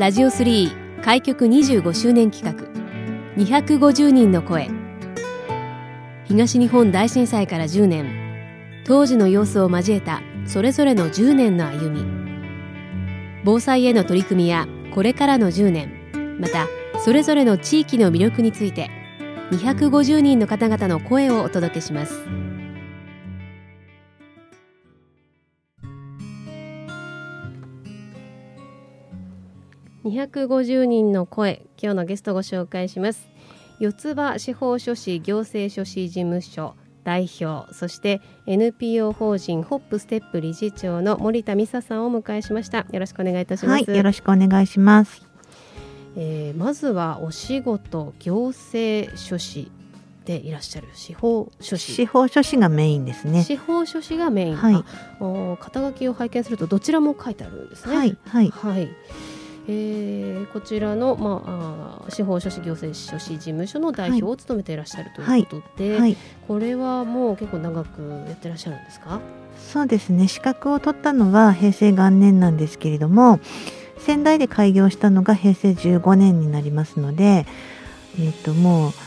ラジオ3開局25周年企画250人の声。東日本大震災から10年、当時の様子を交えたそれぞれの10年の歩み、防災への取り組みやこれからの10年、またそれぞれの地域の魅力について250人の方々の声をお届けします。250人の声、今日のゲストをご紹介します。四つ葉司法書士行政書士事務所代表、そして NPO 法人ホップステップ理事長の森田美沙さんをお迎えしました。よろしくお願いいたします。 はい、よろしくお願いします。 まずはお仕事、行政書士でいらっしゃる司法書士。 司法書士がメインですね。 司法書士がメイン、 はい、 肩書きを拝見するとどちらも書いてあるんですね。 はいはい、 はい。こちらの、司法書士行政書士事務所の代表を務めていらっしゃるということで、 はいはい、 これはもう結構長くやってらっしゃるんですか？ そうですね、資格を取ったのは平成元年なんですけれども、仙台で開業したのが平成15年になりますので、もう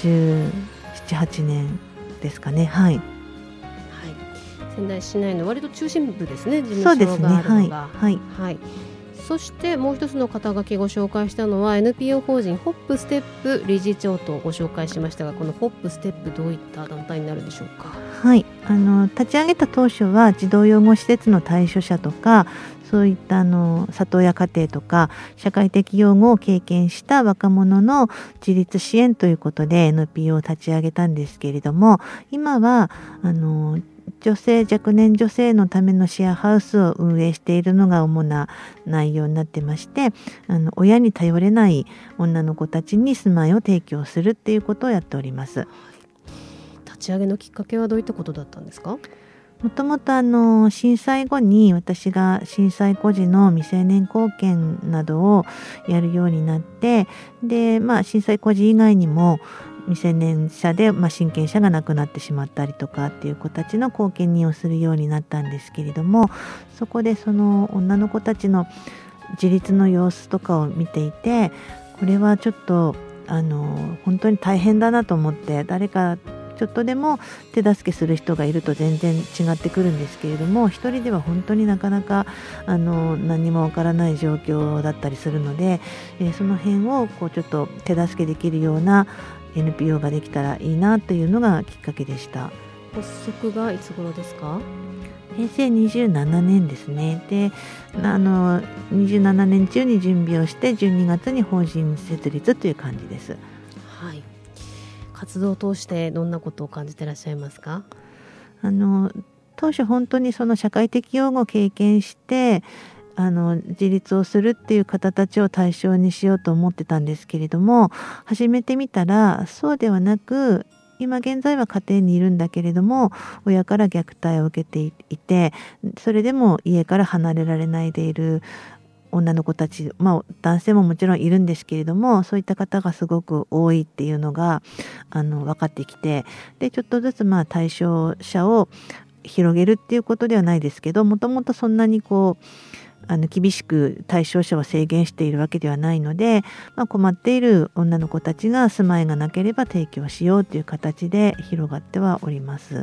17、8年ですかね。はい、はい、 仙台市内の割と中心部ですね、事務所があるのが。 はいはい。そしてもう一つの肩書きご紹介したのは NPO 法人ホップステップ理事長とご紹介しましたが、このホップステップどういった団体になるんでしょうか？ はい、立ち上げた当初は児童養護施設の退所者とか、そういった里親家庭とか社会的養護を経験した若者の自立支援ということで NPO を立ち上げたんですけれども、今は女性、若年女性のためのシェアハウスを運営しているのが主な内容になってまして、親に頼れない女の子たちに住まいを提供するっていうことをやっております。 立ち上げのきっかけはどういったことだったんですか？ もともと震災後に私が震災孤児の未成年貢献などをやるようになって、で、震災孤児以外にも未成年者で、親権者が亡くなってしまったりとかっていう子たちの貢献人をするようになったんですけれども、そこでその女の子たちの自立の様子とかを見ていて、これはちょっと本当に大変だなと思って、誰かちょっとでも手助けする人がいると全然違ってくるんですけれども、一人では本当になかなか何もわからない状況だったりするので、その辺をちょっと手助けできるような NPO ができたらいいなというのがきっかけでした。 発足がいつ頃ですか？ 平成27年ですね。で、27年中に準備をして12月に法人設立という感じです。 はい。活動を通してどんなことを感じていらっしゃいますか？ 当初本当にその社会的養護を経験して自立をするっていう方たちを対象にしようと思ってたんですけれども、始めてみたらそうではなく、今現在は家庭にいるんだけれども親から虐待を受けていて、それでも家から離れられないでいる女の子たち、男性ももちろんいるんですけれども、そういった方がすごく多いっていうのが分かってきて、でちょっとずつ対象者を広げるっていうことではないですけど、もともとそんなに厳しく対象者を制限しているわけではないので、困っている女の子たちが住まいがなければ提供しようという形で広がってはおります。 はい。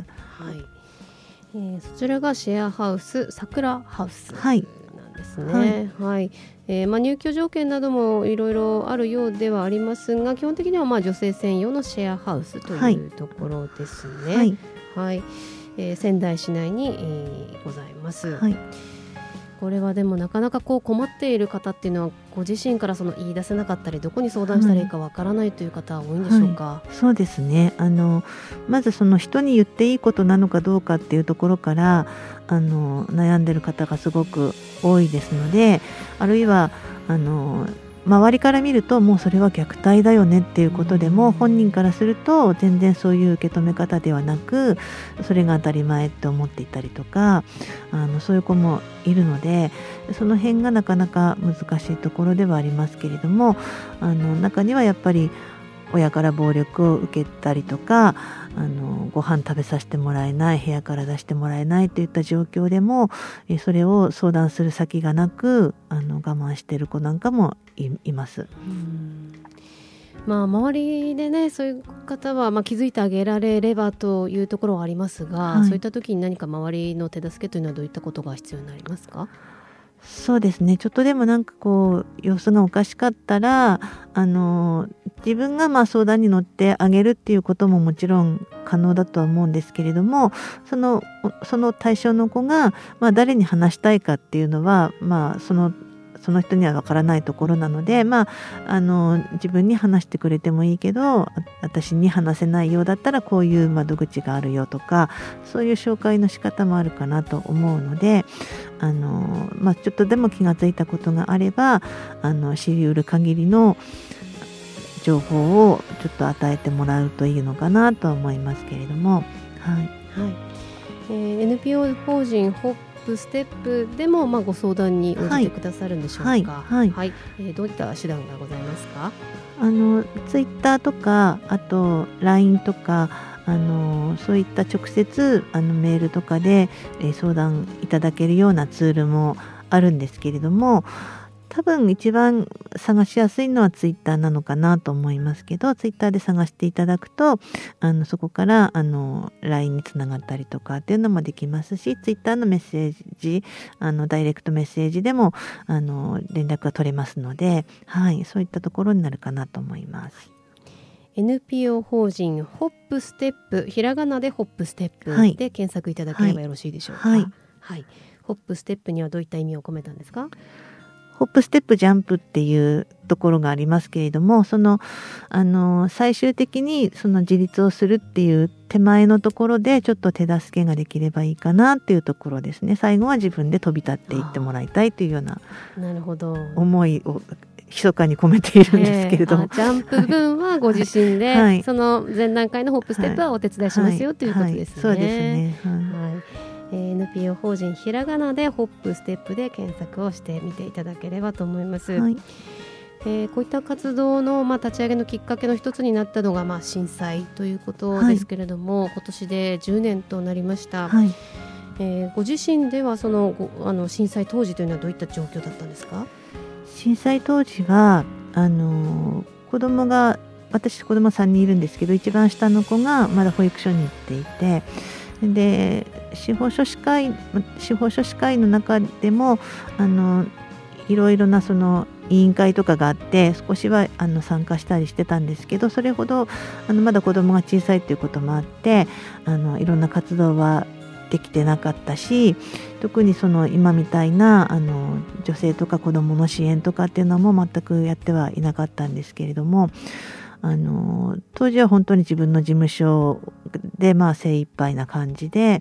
そちらがシェアハウス桜ハウス、 はいですね。はい。入居条件などもいろいろあるようではありますが、基本的には女性専用のシェアハウスというところですね。はい。はい。仙台市内に、ございます。はい。これはでもなかなか困っている方っていうのはご自身から言い出せなかったり、どこに相談したらいいかわからないという方は多いんでしょうか？ そうですね。まずその人に言っていいことなのかどうかっていうところから悩んでる方がすごく多いですので、あるいは周りから見るともうそれは虐待だよねっていうことでも、本人からすると全然そういう受け止め方ではなく、それが当たり前って思っていたりとか、そういう子もいるので、その辺がなかなか難しいところではありますけれども、中にはやっぱり親から暴力を受けたりとか、ご飯食べさせてもらえない、部屋から出してもらえないといった状況でも、それを相談する先がなく我慢している子なんかもいます。 周りでね、そういう方は、気づいてあげられればというところはありますが、そういった時に何か周りの手助けというのはどういったことが必要になりますか？ そうですね、ちょっとでも様子がおかしかったら自分が相談に乗ってあげるっていうことももちろん可能だとは思うんですけれども、その対象の子が、誰に話したいかっていうのは、その人にはわからないところなので、自分に話してくれてもいいけど、私に話せないようだったらこういう窓口があるよとか、そういう紹介の仕方もあるかなと思うので、ちょっとでも気がついたことがあれば知り得る限りの情報をちょっと与えてもらうといいのかなと思いますけれども、 NPO 法人ホップステップでもご相談に応じてくださるんでしょうか？どういった手段がございますか？ ツイッターとか、あと LINE とかそういった直接メールとかで、相談いただけるようなツールもあるんですけれども、多分一番探しやすいのはツイッターなのかなと思いますけど、ツイッターで探していただくとそこからLINE につながったりとかっていうのもできますし、ツイッターのメッセージダイレクトメッセージでも連絡が取れますので、そういったところになるかなと思います。 NPO 法人ホップステップ、ひらがなでホップステップで検索いただければよろしいでしょうか？ホップステップにはどういった意味を込めたんですか？ ホップステップジャンプっていうところがありますけれども、最終的にその自立をするっていう手前のところでちょっと手助けができればいいかなっていうところですね。最後は自分で飛び立っていってもらいたいというような思いを密かに込めているんですけれども、 ジャンプ分はご自身で、その前段階のホップステップはお手伝いしますよということですね。 そうですね。 NPO 法人ひらがなでホップステップで検索をしてみていただければと思います。こういった活動の、立ち上げのきっかけの一つになったのが、震災ということですけれども、今年で10年となりました。ご自身では震災当時というのはどういった状況だったんですか？ 震災当時は私子供3人いるんですけど、一番下の子がまだ保育所に行っていて、で司法書士会の中でもいろいろな委員会とかがあって、少しは参加したりしてたんですけど、それほどまだ子供が小さいということもあっていろんな活動はできてなかったし、特に今みたいな女性とか子どもの支援とかっていうのも全くやってはいなかったんですけれども、当時は本当に自分の事務所で精一杯な感じで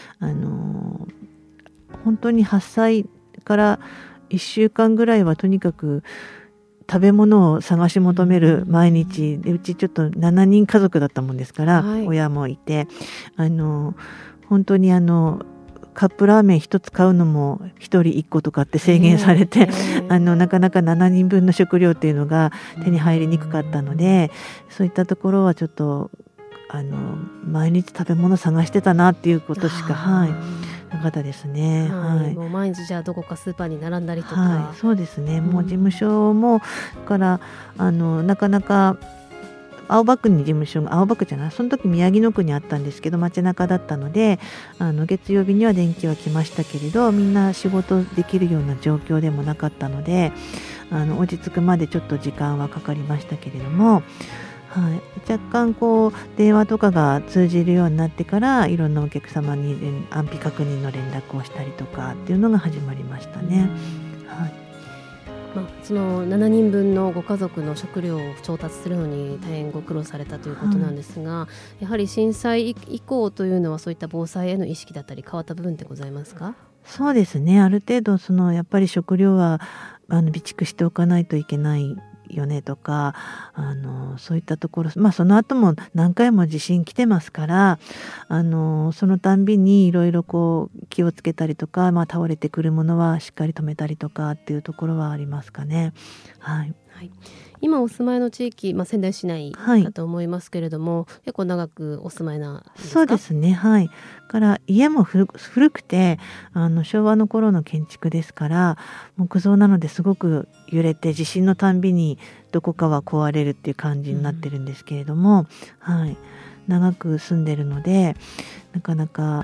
本当に発災から1週間ぐらいはとにかく食べ物を探し求める毎日で、うちちょっと7人家族だったもんですから、親もいて本当にカップラーメン1つ買うのも1人1個とかって制限されて、なかなか7人分の食料っていうのが手に入りにくかったので、そういったところはちょっと毎日食べ物探してたなっていうことしかなかったですね。 もう毎日じゃあどこかスーパーに並んだりとか、 そうですね。もう事務所もからなかなか青葉区に事務所が、青葉区じゃない、その時宮城野区にあったんですけど、街中だったので月曜日には電気は来ましたけれど、みんな仕事できるような状況でもなかったので落ち着くまでちょっと時間はかかりましたけれども、若干電話とかが通じるようになってから、いろんなお客様に安否確認の連絡をしたりとかっていうのが始まりましたね。 その7人分のご家族の食料を調達するのに大変ご苦労されたということなんですが、やはり震災以降というのはそういった防災への意識だったり変わった部分ってございますか？ そうですね、ある程度やっぱり食料は備蓄しておかないといけないよねとかそういったところ、その後も何回も地震来てますからそのたんびにいろいろ気をつけたりとか、倒れてくるものはしっかり止めたりとかっていうところはありますかね。 はい、今お住まいの地域、仙台市内だと思いますけれども、結構長くお住まいなんですか？ そうですね、はい。から家も古くて昭和の頃の建築ですから木造なのですごく揺れて地震のたんびにどこかは壊れるっていう感じになってるんですけれども、はい、長く住んでるのでなかなか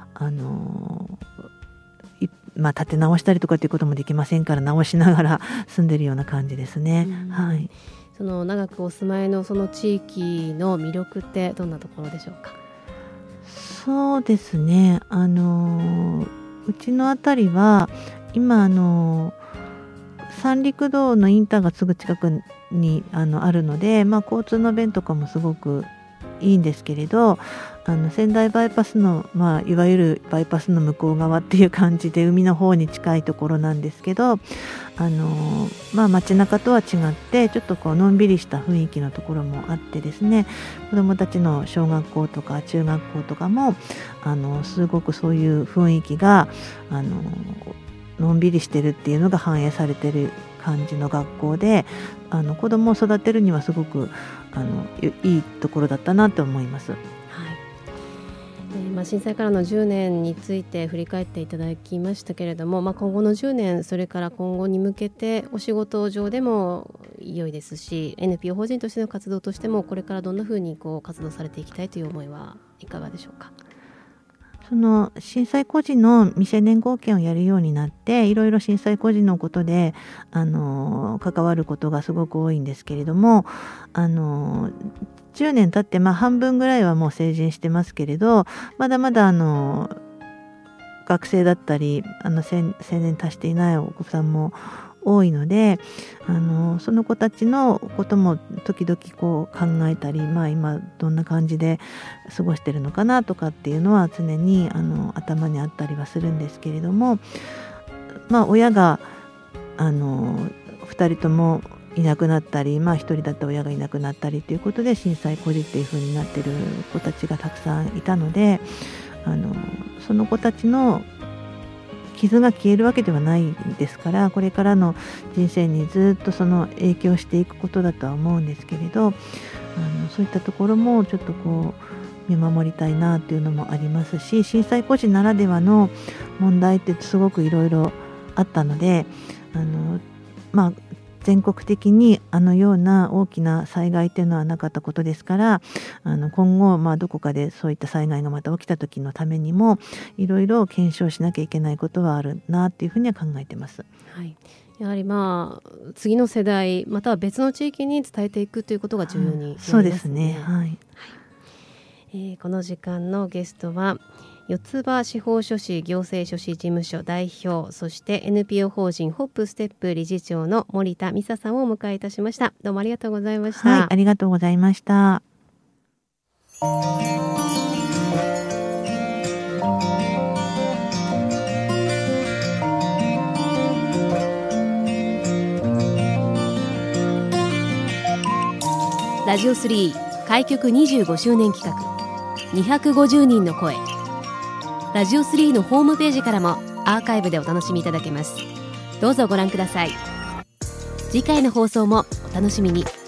建て直したりとかっていうこともできませんから直しながら住んでるような感じですね。はい、 その長くお住まいのその地域の魅力ってどんなところでしょうか？ そうですね、うちのあたりは今三陸道のインターがすぐ近くにあるので、交通の便とかもすごくいいんですけれど仙台バイパスの、いわゆるバイパスの向こう側っていう感じで海の方に近いところなんですけど街中とは違ってちょっとこうのんびりした雰囲気のところもあってですね、子どもたちの小学校とか中学校とかもすごくそういう雰囲気がのんびりしてるっていうのが反映されてる感じの学校で子どもを育てるにはすごくいいところだったなと思います。 震災からの10年について振り返っていただきましたけれども、今後の10年それから今後に向けてお仕事上でも良いですし NPO 法人としての活動としてもこれからどんなふうに活動されていきたいという思いはいかがでしょうか？ その震災孤児の未成年後見をやるようになっていろいろ震災孤児のことで関わることがすごく多いんですけれども10年経って半分ぐらいはもう成人してますけれどまだまだ学生だったり成年達していないお子さんも多いのでその子たちのことも時々考えたり、今どんな感じで過ごしてるのかなとかっていうのは常に頭にあったりはするんですけれども、親が2人ともいなくなったり、1人だった親がいなくなったりということで震災孤児っていう風になってる子たちがたくさんいたのでその子たちの傷が消えるわけではないですからこれからの人生にずっとその影響していくことだとは思うんですけれどそういったところもちょっと見守りたいなというのもありますし震災孤児ならではの問題ってすごくいろいろあったので全国的にような大きな災害というのはなかったことですから今後どこかでそういった災害がまた起きた時のためにもいろいろ検証しなきゃいけないことはあるなというふうには考えています。 はい、やはり次の世代または別の地域に伝えていくということが重要になりますね。 そうですね、はいこの時間のゲストは四つ葉司法書士行政書士事務所代表そして NPO 法人ホップステップ理事長の森田美沙さんをお迎えいたしました。どうもありがとうございました。 はい、ありがとうございました。 ラジオ3開局25周年企画250人の声ラジオ3のホームページからもアーカイブでお楽しみいただけます。どうぞご覧ください。次回の放送もお楽しみに。